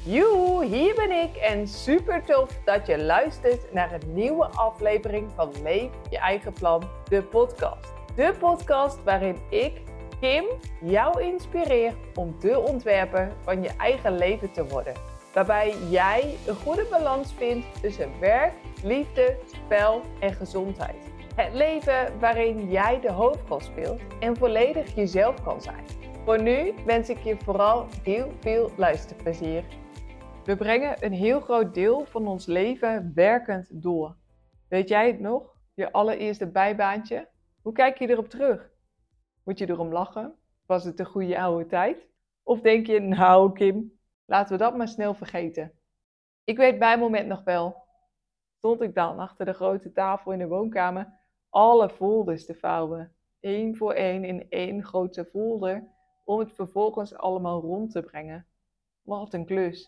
Joe, hier ben ik en super tof dat je luistert naar een nieuwe aflevering van Leef je eigen plan, de podcast. De podcast waarin ik, Kim, jou inspireer om de ontwerper van je eigen leven te worden. Waarbij jij een goede balans vindt tussen werk, liefde, spel en gezondheid. Het leven waarin jij de hoofdrol speelt en volledig jezelf kan zijn. Voor nu wens ik je vooral heel veel luisterplezier. We brengen een heel groot deel van ons leven werkend door. Weet jij het nog? Je allereerste bijbaantje? Hoe kijk je erop terug? Moet je erom lachen? Was het de goede oude tijd? Of denk je, nou Kim, laten we dat maar snel vergeten. Ik weet bij het moment nog wel, stond ik dan achter de grote tafel in de woonkamer alle folders te vouwen. Eén voor één in één grote folder, om het vervolgens allemaal rond te brengen. Wat een klus.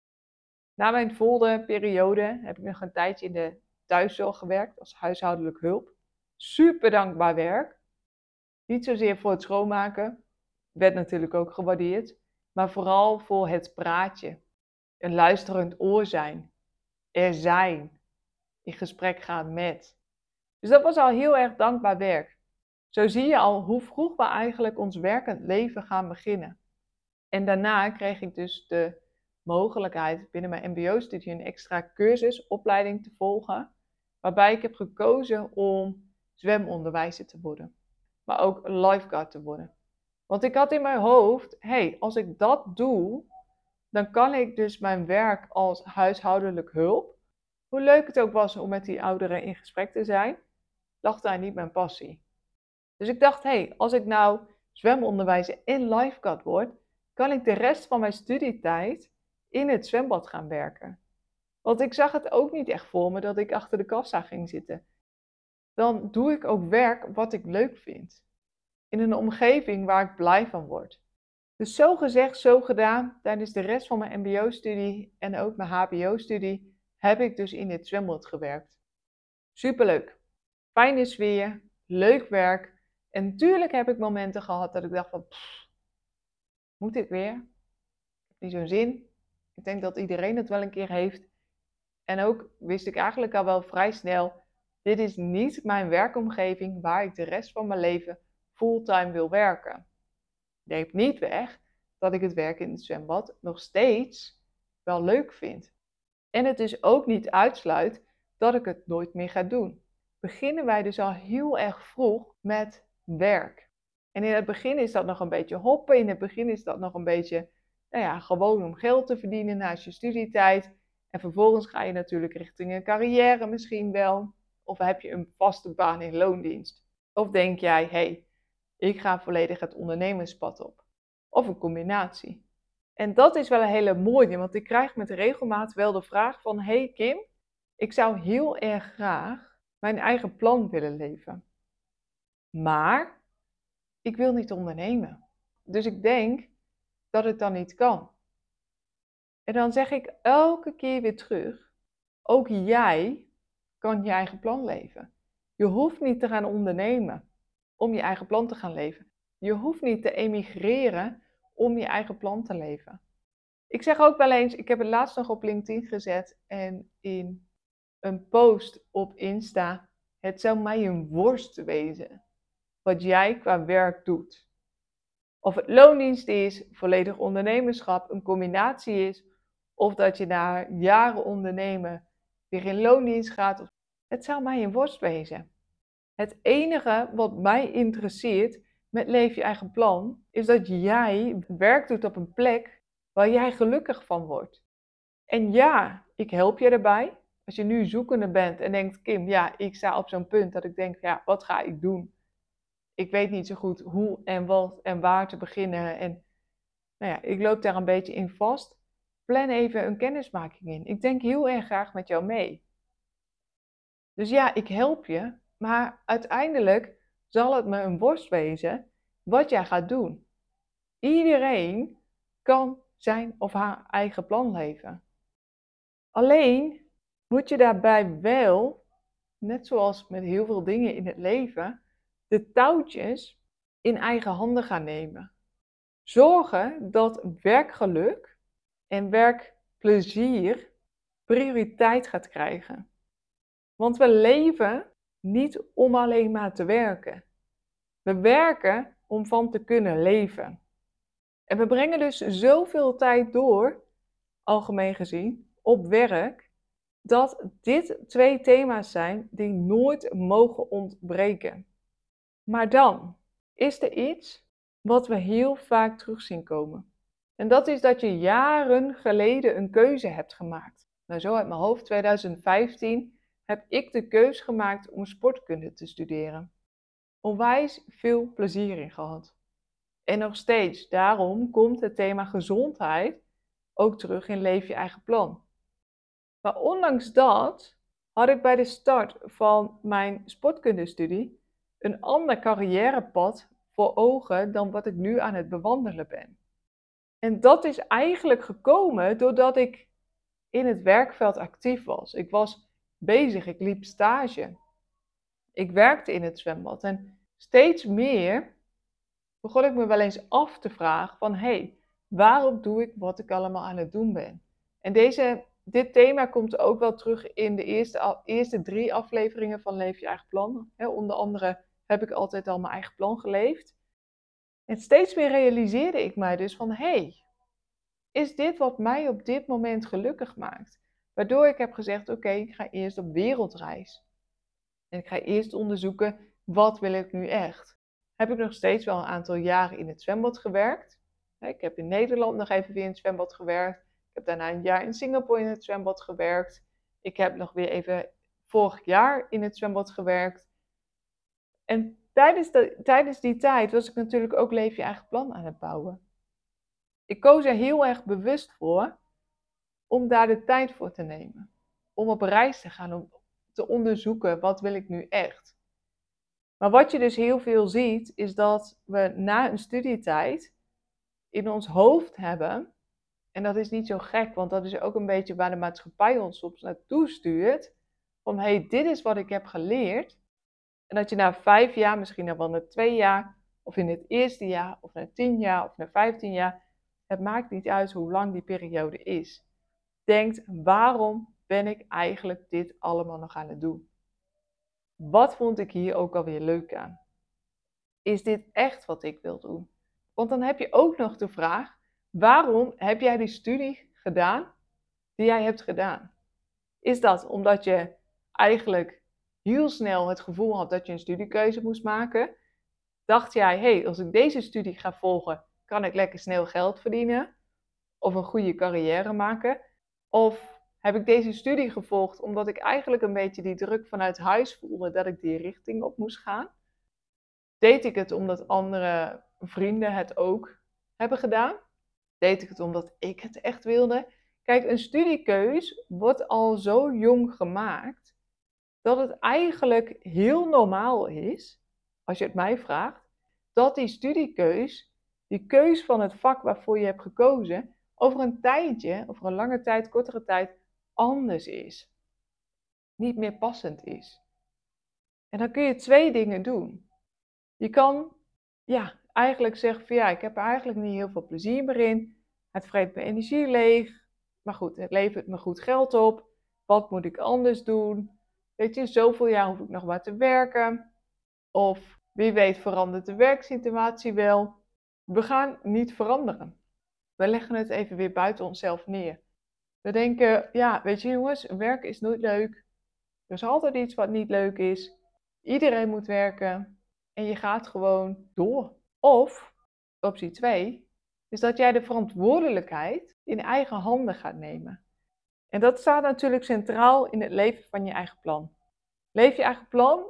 Na mijn folderperiode heb ik nog een tijdje in de thuiszorg gewerkt als huishoudelijk hulp. Super dankbaar werk. Niet zozeer voor het schoonmaken, werd natuurlijk ook gewaardeerd, maar vooral voor het praatje. Een luisterend oor zijn. Er zijn. In gesprek gaan met. Dus dat was al heel erg dankbaar werk. Zo zie je al hoe vroeg we eigenlijk ons werkend leven gaan beginnen. En daarna kreeg ik dus de mogelijkheid binnen mijn mbo-studie een extra cursus, opleiding te volgen. Waarbij ik heb gekozen om zwemonderwijzer te worden. Maar ook lifeguard te worden. Want ik had in mijn hoofd, als ik dat doe, dan kan ik dus mijn werk als huishoudelijk hulp, hoe leuk het ook was om met die ouderen in gesprek te zijn, lag daar niet mijn passie. Dus ik dacht, als ik nou zwemonderwijzer en lifeguard word, kan ik de rest van mijn studietijd in het zwembad gaan werken. Want ik zag het ook niet echt voor me dat ik achter de kassa ging zitten. Dan doe ik ook werk wat ik leuk vind. In een omgeving waar ik blij van word. Dus zo gezegd, zo gedaan. Tijdens de rest van mijn mbo-studie en ook mijn hbo-studie heb ik dus in het zwembad gewerkt. Superleuk. Fijne sfeer, leuk werk. En natuurlijk heb ik momenten gehad dat ik dacht van, moet ik weer? Ik heb niet zo'n zin. Ik denk dat iedereen het wel een keer heeft. En ook wist ik eigenlijk al wel vrij snel, dit is niet mijn werkomgeving waar ik de rest van mijn leven fulltime wil werken. Neemt niet weg dat ik het werken in het zwembad nog steeds wel leuk vind. En het dus ook niet uitsluit dat ik het nooit meer ga doen. Beginnen wij dus al heel erg vroeg met werk. En in het begin is dat nog een beetje hoppen. In het begin is dat nog een beetje, gewoon om geld te verdienen naast je studietijd. En vervolgens ga je natuurlijk richting een carrière misschien wel. Of heb je een vaste baan in loondienst. Of denk jij, ik ga volledig het ondernemerspad op. Of een combinatie. En dat is wel een hele mooie, want ik krijg met regelmaat wel de vraag van, Kim, ik zou heel erg graag mijn eigen plan willen leven. Maar ik wil niet ondernemen. Dus ik denk dat het dan niet kan. En dan zeg ik elke keer weer terug, ook jij kan je eigen plan leven. Je hoeft niet te gaan ondernemen om je eigen plan te gaan leven. Je hoeft niet te emigreren om je eigen plan te leven. Ik zeg ook wel eens, ik heb het laatst nog op LinkedIn gezet en in een post op Insta, het zou mij een worst wezen wat jij qua werk doet. Of het loondienst is, volledig ondernemerschap, een combinatie is, of dat je na jaren ondernemen weer in loondienst gaat. Het zou mij een worst wezen. Het enige wat mij interesseert met Leef je eigen plan, is dat jij werk doet op een plek waar jij gelukkig van wordt. En ja, ik help je erbij. Als je nu zoekende bent en denkt, Kim, ik sta op zo'n punt dat ik denk, wat ga ik doen? Ik weet niet zo goed hoe en wat en waar te beginnen. En ik loop daar een beetje in vast. Plan even een kennismaking in. Ik denk heel erg graag met jou mee. Dus ik help je, maar uiteindelijk zal het me een worst wezen wat jij gaat doen. Iedereen kan zijn of haar eigen plan leven. Alleen moet je daarbij wel, net zoals met heel veel dingen in het leven, de touwtjes in eigen handen gaan nemen. Zorgen dat werkgeluk en werk plezier prioriteit gaat krijgen. Want we leven niet om alleen maar te werken. We werken om van te kunnen leven. En we brengen dus zoveel tijd door, algemeen gezien, op werk, dat dit 2 thema's zijn die nooit mogen ontbreken. Maar dan is er iets wat we heel vaak terug zien komen. En dat is dat je jaren geleden een keuze hebt gemaakt. Nou, zo uit mijn hoofd, 2015, heb ik de keus gemaakt om sportkunde te studeren. Onwijs veel plezier in gehad. En nog steeds, daarom komt het thema gezondheid ook terug in Leef je eigen plan. Maar ondanks dat had ik bij de start van mijn sportkundestudie een ander carrièrepad voor ogen dan wat ik nu aan het bewandelen ben. En dat is eigenlijk gekomen doordat ik in het werkveld actief was. Ik was bezig, ik liep stage. Ik werkte in het zwembad en steeds meer begon ik me wel eens af te vragen van waarom doe ik wat ik allemaal aan het doen ben? En dit thema komt ook wel terug in de eerste 3 afleveringen van Leef je eigen plan. Onder andere heb ik altijd al mijn eigen plan geleefd. En steeds meer realiseerde ik mij dus van is dit wat mij op dit moment gelukkig maakt? Waardoor ik heb gezegd, oké, ik ga eerst op wereldreis. En ik ga eerst onderzoeken, wat wil ik nu echt? Heb ik nog steeds wel een aantal jaren in het zwembad gewerkt. Ik heb in Nederland nog even weer in het zwembad gewerkt. Ik heb daarna een jaar in Singapore in het zwembad gewerkt. Ik heb nog weer even vorig jaar in het zwembad gewerkt. En tijdens die tijd was ik natuurlijk ook Leef je eigen plan aan het bouwen. Ik koos er heel erg bewust voor om daar de tijd voor te nemen. Om op reis te gaan, om te onderzoeken wat wil ik nu echt. Maar wat je dus heel veel ziet, is dat we na een studietijd in ons hoofd hebben, en dat is niet zo gek, want dat is ook een beetje waar de maatschappij ons soms naartoe stuurt, van dit is wat ik heb geleerd. En dat je na 5 jaar, misschien nog wel na 2 jaar, of in het eerste jaar, of na 10 jaar, of na 15 jaar, het maakt niet uit hoe lang die periode is. Denkt, waarom ben ik eigenlijk dit allemaal nog aan het doen? Wat vond ik hier ook alweer leuk aan? Is dit echt wat ik wil doen? Want dan heb je ook nog de vraag, waarom heb jij die studie gedaan die jij hebt gedaan? Is dat omdat je eigenlijk heel snel het gevoel had dat je een studiekeuze moest maken? Dacht jij, als ik deze studie ga volgen, kan ik lekker snel geld verdienen? Of een goede carrière maken? Of heb ik deze studie gevolgd omdat ik eigenlijk een beetje die druk vanuit huis voelde dat ik die richting op moest gaan? Deed ik het omdat andere vrienden het ook hebben gedaan? Deed ik het omdat ik het echt wilde? Kijk, een studiekeus wordt al zo jong gemaakt dat het eigenlijk heel normaal is, als je het mij vraagt, dat die studiekeus, die keus van het vak waarvoor je hebt gekozen, over een tijdje, over een lange tijd, kortere tijd, anders is. Niet meer passend is. En dan kun je 2 dingen doen. Je kan eigenlijk zeggen van ik heb er eigenlijk niet heel veel plezier meer in. Het vreet mijn energie leeg. Maar goed, het levert me goed geld op. Wat moet ik anders doen? Weet je, zoveel jaar hoef ik nog maar te werken. Of wie weet verandert de werksituatie wel. We gaan niet veranderen. We leggen het even weer buiten onszelf neer. We denken, weet je jongens, werken is nooit leuk. Er is altijd iets wat niet leuk is. Iedereen moet werken. En je gaat gewoon door. Of, optie 2, is dat jij de verantwoordelijkheid in eigen handen gaat nemen. En dat staat natuurlijk centraal in het leven van je eigen plan. Leef je eigen plan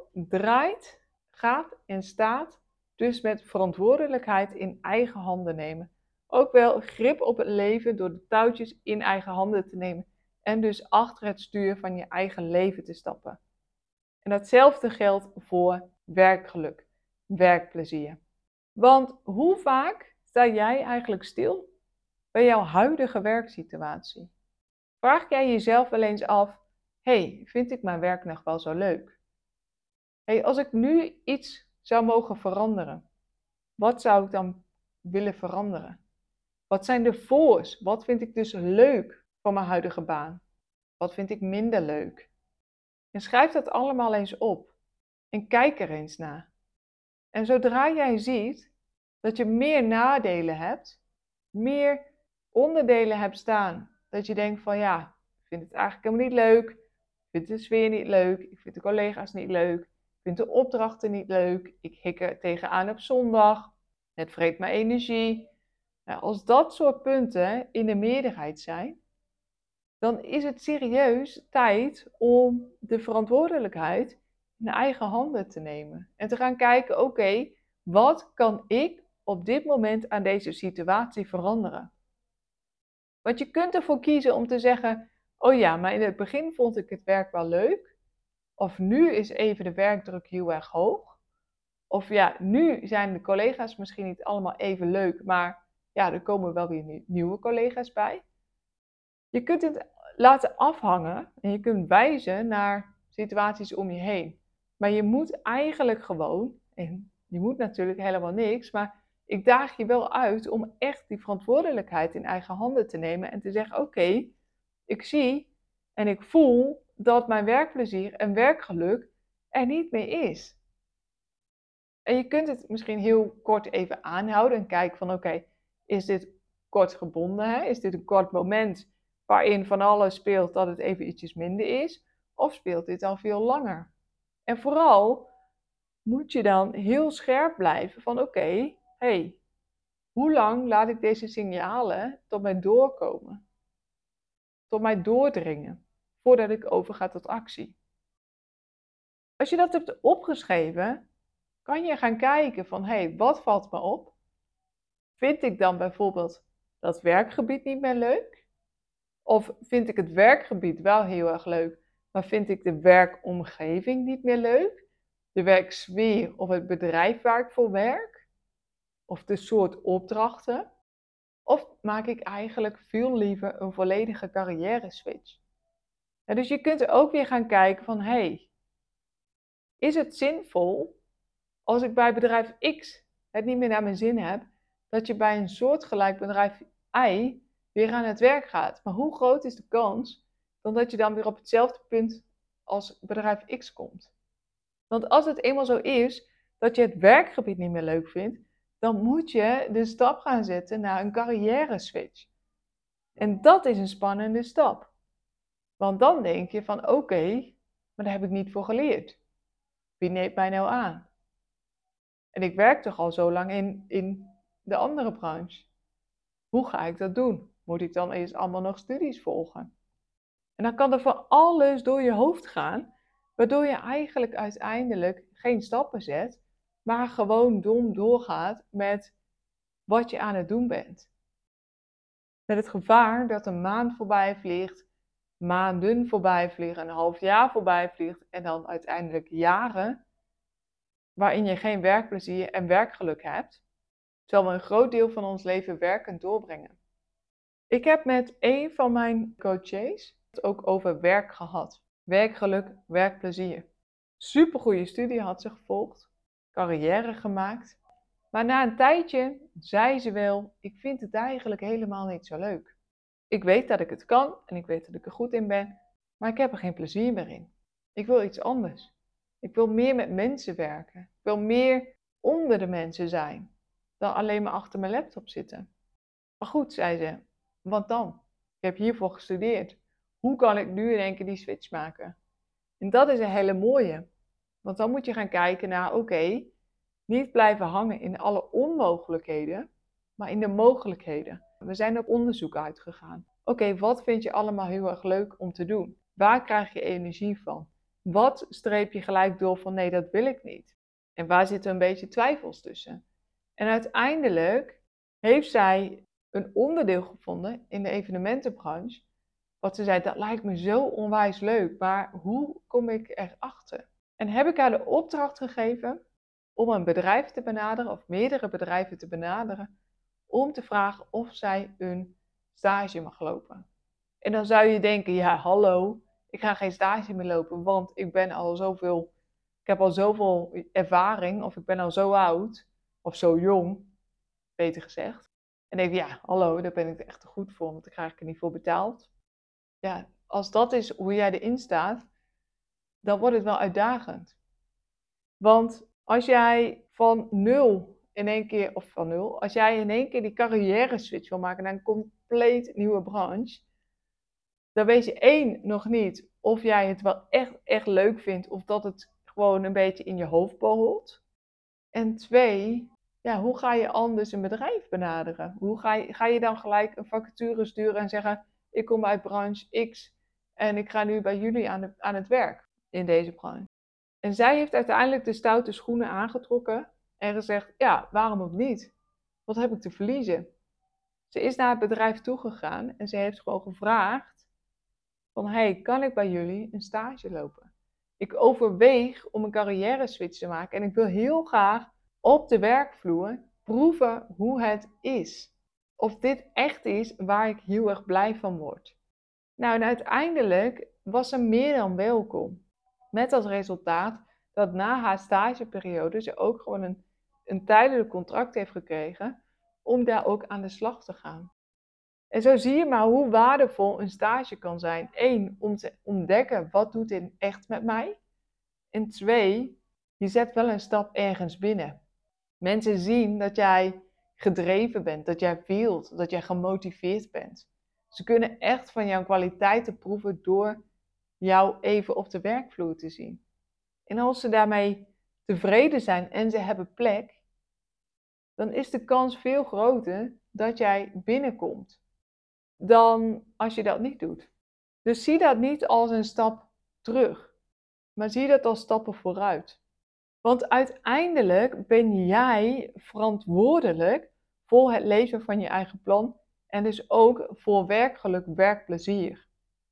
gaat en staat dus met verantwoordelijkheid in eigen handen nemen. Ook wel grip op het leven door de touwtjes in eigen handen te nemen. En dus achter het stuur van je eigen leven te stappen. En datzelfde geldt voor werkgeluk, werkplezier. Want hoe vaak sta jij eigenlijk stil bij jouw huidige werksituatie? Vraag jij jezelf wel eens af, vind ik mijn werk nog wel zo leuk? Als ik nu iets zou mogen veranderen, wat zou ik dan willen veranderen? Wat zijn de voor's? Wat vind ik dus leuk van mijn huidige baan? Wat vind ik minder leuk? En schrijf dat allemaal eens op. En kijk er eens naar. En zodra jij ziet dat je meer nadelen hebt, meer onderdelen hebt staan, dat je denkt van ja, ik vind het eigenlijk helemaal niet leuk, ik vind de sfeer niet leuk, ik vind de collega's niet leuk, ik vind de opdrachten niet leuk, ik hik er tegenaan op zondag, het vreet mijn energie. Nou, als dat soort punten in de meerderheid zijn, dan is het serieus tijd om de verantwoordelijkheid in eigen handen te nemen. En te gaan kijken, oké, wat kan ik op dit moment aan deze situatie veranderen? Want je kunt ervoor kiezen om te zeggen, oh ja, maar in het begin vond ik het werk wel leuk. Of nu is even de werkdruk heel erg hoog. Of ja, nu zijn de collega's misschien niet allemaal even leuk, maar ja, er komen wel weer nieuwe collega's bij. Je kunt het laten afhangen en je kunt wijzen naar situaties om je heen. Maar je moet eigenlijk gewoon, en je moet natuurlijk helemaal niks, maar ik daag je wel uit om echt die verantwoordelijkheid in eigen handen te nemen en te zeggen, oké, ik zie en ik voel dat mijn werkplezier en werkgeluk er niet meer is. En je kunt het misschien heel kort even aanhouden en kijken van oké, is dit kort gebonden? Hè? Is dit een kort moment waarin van alles speelt dat het even ietsjes minder is? Of speelt dit al veel langer? En vooral moet je dan heel scherp blijven van oké, hey, hoe lang laat ik deze signalen tot mij doorkomen? Tot mij doordringen, voordat ik overga tot actie. Als je dat hebt opgeschreven, kan je gaan kijken van hey, wat valt me op? Vind ik dan bijvoorbeeld dat werkgebied niet meer leuk? Of vind ik het werkgebied wel heel erg leuk, maar vind ik de werkomgeving niet meer leuk? De werksfeer of het bedrijf waar ik voor werk? Of de soort opdrachten? Of maak ik eigenlijk veel liever een volledige carrière switch? Ja, dus je kunt er ook weer gaan kijken van hey, is het zinvol als ik bij bedrijf X het niet meer naar mijn zin heb, dat je bij een soortgelijk bedrijf Y weer aan het werk gaat. Maar hoe groot is de kans dan dat je dan weer op hetzelfde punt als bedrijf X komt? Want als het eenmaal zo is dat je het werkgebied niet meer leuk vindt, dan moet je de stap gaan zetten naar een carrière switch. En dat is een spannende stap. Want dan denk je van oké, maar daar heb ik niet voor geleerd. Wie neemt mij nou aan? En ik werk toch al zo lang in de andere branche. Hoe ga ik dat doen? Moet ik dan eerst allemaal nog studies volgen? En dan kan er van alles door je hoofd gaan, waardoor je eigenlijk uiteindelijk geen stappen zet, maar gewoon dom doorgaat met wat je aan het doen bent. Met het gevaar dat een maand voorbij vliegt, maanden voorbij vliegen, een half jaar voorbij vliegt en dan uiteindelijk jaren waarin je geen werkplezier en werkgeluk hebt, terwijl we een groot deel van ons leven werkend doorbrengen. Ik heb met een van mijn coaches het ook over werk gehad. Werkgeluk, werkplezier. Supergoeie studie had ze gevolgd, carrière gemaakt. Maar na een tijdje zei ze wel, ik vind het eigenlijk helemaal niet zo leuk. Ik weet dat ik het kan en ik weet dat ik er goed in ben, maar ik heb er geen plezier meer in. Ik wil iets anders. Ik wil meer met mensen werken. Ik wil meer onder de mensen zijn dan alleen maar achter mijn laptop zitten. Maar goed, zei ze, wat dan? Ik heb hiervoor gestudeerd. Hoe kan ik nu in één keer die switch maken? En dat is een hele mooie. Want dan moet je gaan kijken naar, oké, niet blijven hangen in alle onmogelijkheden, maar in de mogelijkheden. We zijn op onderzoek uitgegaan. Oké, wat vind je allemaal heel erg leuk om te doen? Waar krijg je energie van? Wat streep je gelijk door van nee, dat wil ik niet? En waar zitten een beetje twijfels tussen? En uiteindelijk heeft zij een onderdeel gevonden in de evenementenbranche. Wat ze zei, dat lijkt me zo onwijs leuk, maar hoe kom ik erachter? En heb ik haar de opdracht gegeven om een bedrijf te benaderen, of meerdere bedrijven te benaderen, om te vragen of zij een stage mag lopen. En dan zou je denken, ja hallo, ik ga geen stage meer lopen, want ik heb al zoveel ervaring, of ik ben al zo oud, of zo jong, beter gezegd. En denk ja, hallo, daar ben ik er echt te goed voor, want daar krijg ik er niet voor betaald. ja, als dat is hoe jij erin staat, dan wordt het wel uitdagend. Want als jij van nul in één keer, of van nul, als jij in één keer die carrière switch wil maken naar een compleet nieuwe branche, dan weet je één nog niet of jij het wel echt leuk vindt of dat het gewoon een beetje in je hoofd borrelt. En twee, ja, hoe ga je anders een bedrijf benaderen? Hoe ga je dan gelijk een vacature sturen en zeggen, ik kom uit branche X en ik ga nu bij jullie aan het werk in deze branche. En zij heeft uiteindelijk de stoute schoenen aangetrokken en gezegd, ja, waarom ook niet? Wat heb ik te verliezen? Ze is naar het bedrijf toegegaan en ze heeft gewoon gevraagd van, hey, kan ik bij jullie een stage lopen? Ik overweeg om een carrière switch te maken en ik wil heel graag op de werkvloer proeven hoe het is. Of dit echt is waar ik heel erg blij van word. Nou, en uiteindelijk was ze meer dan welkom. Met als resultaat dat na haar stageperiode ze ook gewoon een tijdelijk contract heeft gekregen om daar ook aan de slag te gaan. En zo zie je maar hoe waardevol een stage kan zijn. 1, om te ontdekken wat doet dit echt met mij. En 2, je zet wel een stap ergens binnen. Mensen zien dat jij gedreven bent, dat jij wilt, dat jij gemotiveerd bent. Ze kunnen echt van jouw kwaliteiten proeven door jou even op de werkvloer te zien. En als ze daarmee tevreden zijn en ze hebben plek, dan is de kans veel groter dat jij binnenkomt dan als je dat niet doet. Dus zie dat niet als een stap terug, maar zie dat als stappen vooruit. Want uiteindelijk ben jij verantwoordelijk voor het leven van je eigen plan en dus ook voor werkgeluk, werkplezier.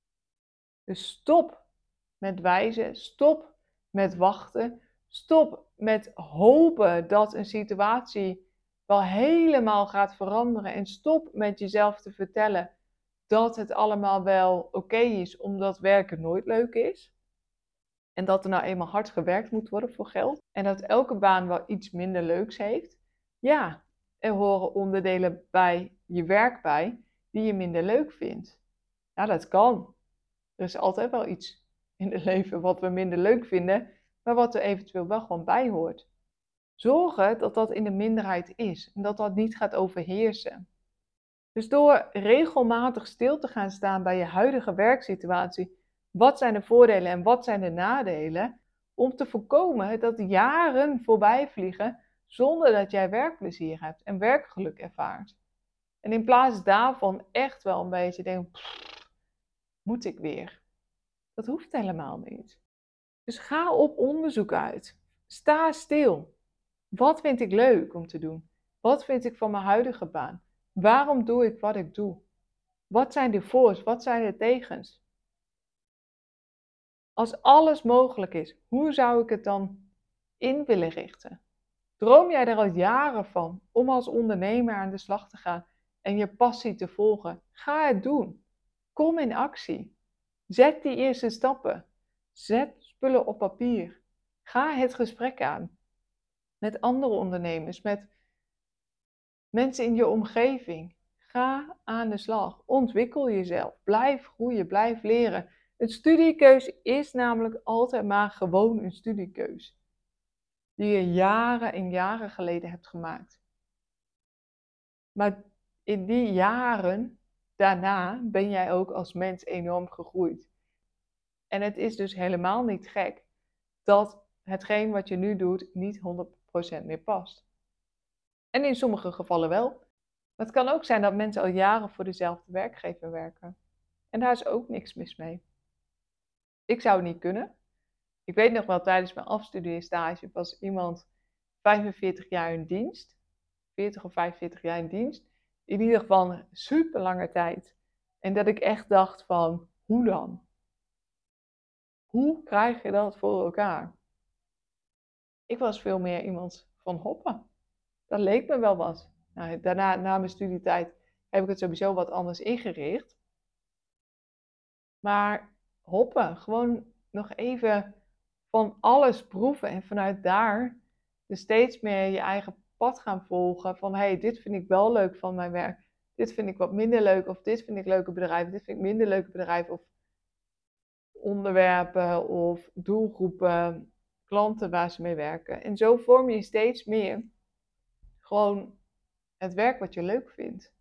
Dus stop met wijzen, stop met wachten, stop met hopen dat een situatie wel helemaal gaat veranderen en stop met jezelf te vertellen dat het allemaal wel oké is, omdat werken nooit leuk is. En dat er nou eenmaal hard gewerkt moet worden voor geld. En dat elke baan wel iets minder leuks heeft. Ja, er horen onderdelen bij je werk bij die je minder leuk vindt. Ja, dat kan. Er is altijd wel iets in het leven wat we minder leuk vinden, maar wat er eventueel wel gewoon bij hoort. Zorgen dat dat in de minderheid is en dat dat niet gaat overheersen. Dus door regelmatig stil te gaan staan bij je huidige werksituatie, wat zijn de voordelen en wat zijn de nadelen, om te voorkomen dat jaren voorbij vliegen zonder dat jij werkplezier hebt en werkgeluk ervaart. En in plaats daarvan echt wel een beetje denken, moet ik weer? Dat hoeft helemaal niet. Dus ga op onderzoek uit. Sta stil. Wat vind ik leuk om te doen? Wat vind ik van mijn huidige baan? Waarom doe ik wat ik doe? Wat zijn de voor's? Wat zijn de tegens? Als alles mogelijk is, hoe zou ik het dan in willen richten? Droom jij er al jaren van om als ondernemer aan de slag te gaan en je passie te volgen? Ga het doen. Kom in actie. Zet die eerste stappen. Zet spullen op papier. Ga het gesprek aan met andere ondernemers, met mensen in je omgeving. Ga aan de slag. Ontwikkel jezelf. Blijf groeien. Blijf leren. Een studiekeus is namelijk altijd maar gewoon een studiekeus. Die je jaren en jaren geleden hebt gemaakt. Maar in die jaren daarna ben jij ook als mens enorm gegroeid. En het is dus helemaal niet gek dat hetgeen wat je nu doet niet 100% meer past. En in sommige gevallen wel. Maar het kan ook zijn dat mensen al jaren voor dezelfde werkgever werken. En daar is ook niks mis mee. Ik zou het niet kunnen. Ik weet nog wel, tijdens mijn afstudeerstage was iemand 45 jaar in dienst. 40 of 45 jaar in dienst. In ieder geval een super lange tijd. En dat ik echt dacht van, hoe dan? Hoe krijg je dat voor elkaar? Ik was veel meer iemand van hoppen. Dat leek me wel wat. Nou, daarna, na mijn studietijd, heb ik het sowieso wat anders ingericht. Maar hoppen, gewoon nog even van alles proeven en vanuit daar dus steeds meer je eigen pad gaan volgen. Van hey, dit vind ik wel leuk van mijn werk. dit vind ik wat minder leuk, of dit vind ik leuke bedrijven, dit vind ik minder leuke bedrijven, of onderwerpen of doelgroepen, klanten waar ze mee werken. En zo vorm je steeds meer gewoon het werk wat je leuk vindt.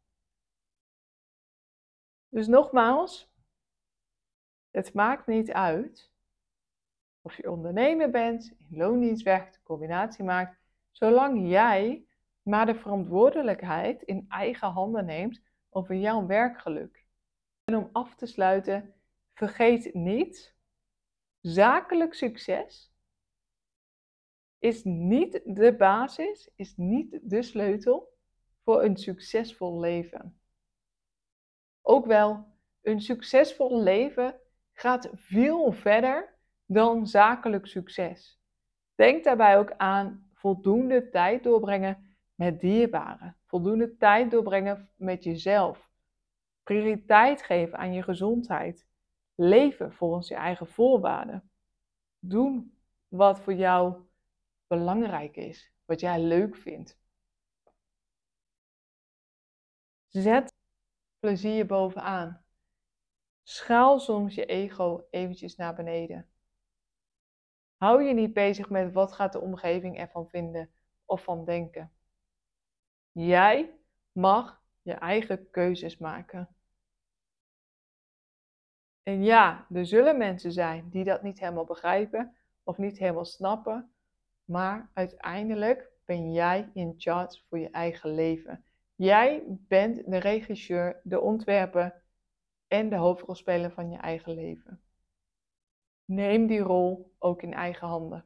Dus nogmaals, het maakt niet uit of je ondernemer bent, in loondienst werkt, een combinatie maakt, zolang jij maar de verantwoordelijkheid in eigen handen neemt over jouw werkgeluk. En om af te sluiten, vergeet niet, zakelijk succes is niet de basis, is niet de sleutel voor een succesvol leven. Ook wel, een succesvol leven gaat veel verder dan zakelijk succes. Denk daarbij ook aan voldoende tijd doorbrengen met dierbaren. Voldoende tijd doorbrengen met jezelf. Prioriteit geven aan je gezondheid. Leven volgens je eigen voorwaarden. Doen wat voor jou belangrijk is. Wat jij leuk vindt. Zet plezier bovenaan. Schaal soms je ego eventjes naar beneden. Hou je niet bezig met wat gaat de omgeving ervan vinden of van denken. Jij mag je eigen keuzes maken. En ja, er zullen mensen zijn die dat niet helemaal begrijpen of niet helemaal snappen, maar uiteindelijk ben jij in charge voor je eigen leven. Jij bent de regisseur, de ontwerper en de hoofdrolspeler van je eigen leven. Neem die rol ook in eigen handen.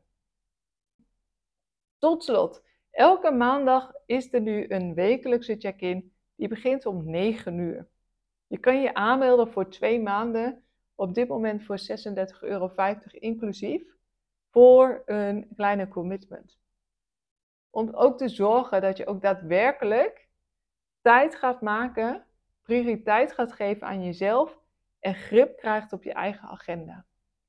Tot slot, elke maandag is er nu een wekelijkse check-in die begint om 9 uur. Je kan je aanmelden voor 2 maanden, op dit moment voor €36,50 inclusief, voor een kleine commitment. Om ook te zorgen dat je ook daadwerkelijk tijd gaat maken, prioriteit gaat geven aan jezelf en grip krijgt op je eigen agenda.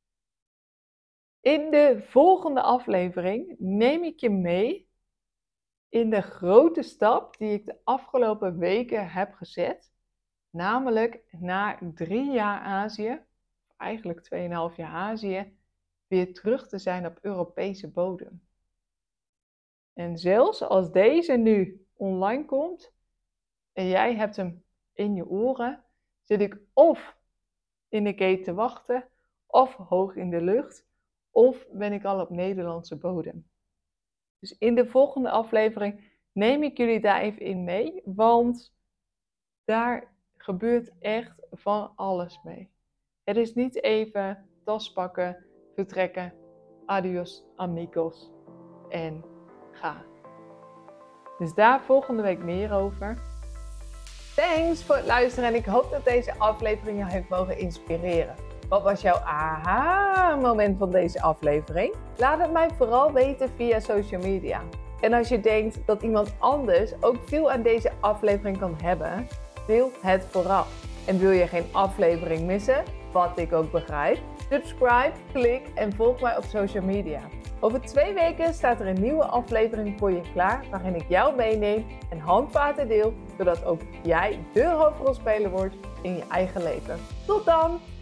In de volgende aflevering neem ik je mee in de grote stap die ik de afgelopen weken heb gezet. Namelijk na 3 jaar Azië, of eigenlijk 2,5 jaar Azië, weer terug te zijn op Europese bodem. En zelfs als deze nu online komt en jij hebt hem in je oren, zit ik of in de gate te wachten, of hoog in de lucht, of ben ik al op Nederlandse bodem. Dus in de volgende aflevering neem ik jullie daar even in mee, want daar gebeurt echt van alles mee. Het is niet even tas pakken, vertrekken, adios amigos en ga. Dus daar volgende week meer over. Thanks voor het luisteren en ik hoop dat deze aflevering jou heeft mogen inspireren. Wat was jouw aha-moment van deze aflevering? Laat het mij vooral weten via social media. En als je denkt dat iemand anders ook veel aan deze aflevering kan hebben, deel het vooral. En wil je geen aflevering missen, wat ik ook begrijp, subscribe, klik en volg mij op social media. Over 2 weken staat er een nieuwe aflevering voor je klaar, waarin ik jou meeneem en handvaten deel, zodat ook jij de hoofdrolspeler wordt in je eigen leven. Tot dan!